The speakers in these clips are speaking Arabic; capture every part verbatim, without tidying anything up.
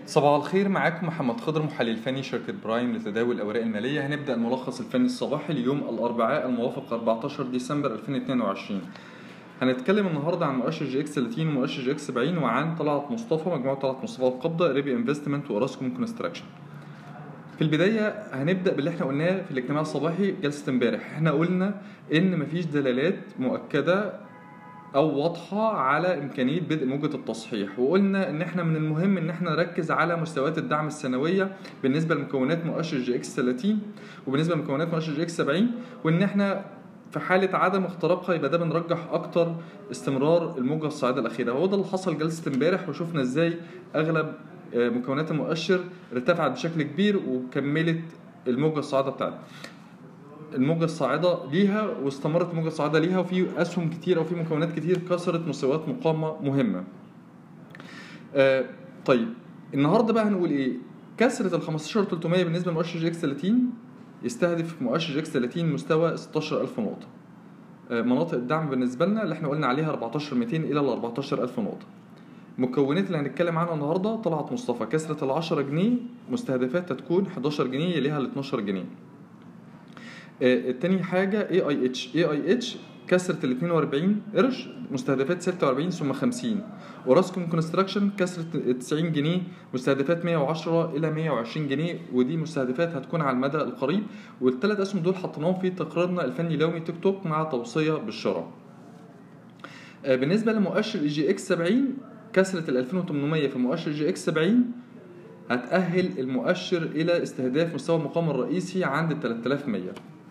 صباح الخير، معاكم محمد خضر محلل فني شركة برايم لتداول الأوراق المالية. هنبدأ الملخص الفني الصباحي ليوم الأربعاء الموافق أربعتاشر ديسمبر ألفين واثنين وعشرين. هنتكلم النهارده عن مؤشر جي اكس ثلاثين ومؤشر جي اكس سبعين وعن طلعت مصطفى، مجموعة طلعت مصطفى القبضة، ريبي انفستمنت، وأوراسكوم كونستراكشن. في البداية هنبدأ باللي احنا قلناه في الاجتماع الصباحي جلسة امبارح. احنا قلنا إن مفيش دلالات مؤكدة او واضحه على امكانيه بدء موجه التصحيح، وقلنا ان احنا من المهم ان احنا نركز على مستويات الدعم السنويه بالنسبه لمكونات مؤشر جي اكس ثلاثين وبالنسبه لمكونات مؤشر جي اكس سبعين، وان احنا في حاله عدم اختراقها يبقى ده بنرجح اكتر استمرار الموجه الصاعده الاخيره. هو ده اللي حصل جلسه امبارح، وشفنا ازاي اغلب مكونات المؤشر ارتفعت بشكل كبير وكملت الموجه الصاعده بتاعتها الموجة الصاعدة ليها، واستمرت الموجة الصاعدة ليها، وفي أسهم كتير أو في مكونات كتير كسرت مستويات مقاومة مهمة. آه طيب النهاردة بقى هنقول إيه؟ كسرة ال خمستاشر ألف وتلتمية بالنسبة لمؤشر جي اكس ثلاثين، يستهدف مؤشر جي اكس ثلاثين مستوى ستاشر ألف نقطة. آه مناطق الدعم بالنسبة لنا اللي احنا قلنا عليها أربعتاشر مئتين إلى ال أربعتاشر ألف نقطة. المكونات اللي هنتكلم عنها النهاردة طلعت مصطفى، كسرة ال عشرة جنيه، مستهدفات تكون حداشر جنيه يليها ال اتناشر جنيه. التاني حاجة اي اي اتش اي اي اتش كسرت ال اتنين وأربعين قرش، مستهدفات ستة وأربعين ثم خمسين. اوراسكوم كونستراكشن كسرت تسعين جنيه، مستهدفات مية وعشرة الى مية وعشرين جنيه، ودي مستهدفات هتكون على المدى القريب. والثلاث اسهم دول حطيناهم في تقريرنا الفني اليومي تيك توك مع توصية بالشراء. بالنسبة لمؤشر جي اكس سبعين، كسرت ال ألفين وتمنمية في مؤشر جي اكس سبعين هتأهل المؤشر الى استهداف مستوى المقاومة الرئيسي عند ال تلاتة آلاف ومية.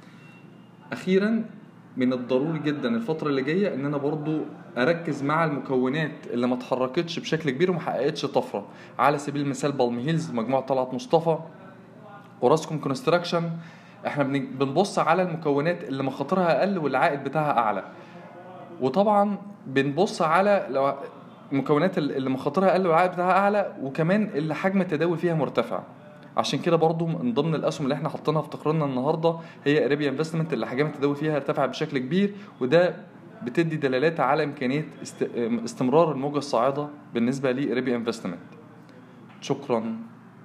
اخيرا من الضروري جدا الفتره اللي جايه ان انا برضو اركز مع المكونات اللي ما اتحركتش بشكل كبير وما حققتش طفره، على سبيل المثال بالم هيلز، مجموعه طلعت مصطفى، اوراسكوم كونستراكشن. احنا بنبص على المكونات اللي مخاطرها اقل والعائد بتاعها اعلى، وطبعا بنبص على لو المكونات اللي مخاطرها اقل والعائد بتاعها اعلى، وكمان اللي حجم التداول فيها مرتفع. عشان كده برضو من ضمن الاسهم اللي احنا حاطينها في تقريرنا النهارده هي ريبي انفستمنت، اللي حجم التداول فيها ارتفع بشكل كبير، وده بتدي دلالات على امكانيه استمرار الموجه الصاعده بالنسبه لريبي انفستمنت. شكرا.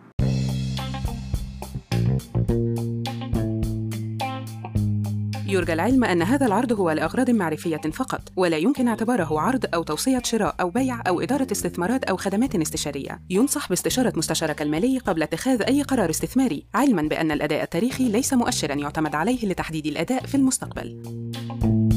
يرجى العلم أن هذا العرض هو لأغراض معرفية فقط، ولا يمكن اعتباره عرض أو توصية شراء أو بيع أو إدارة استثمارات أو خدمات استشارية. ينصح باستشارة مستشارك المالي قبل اتخاذ أي قرار استثماري، علماً بأن الأداء التاريخي ليس مؤشراً يعتمد عليه لتحديد الأداء في المستقبل.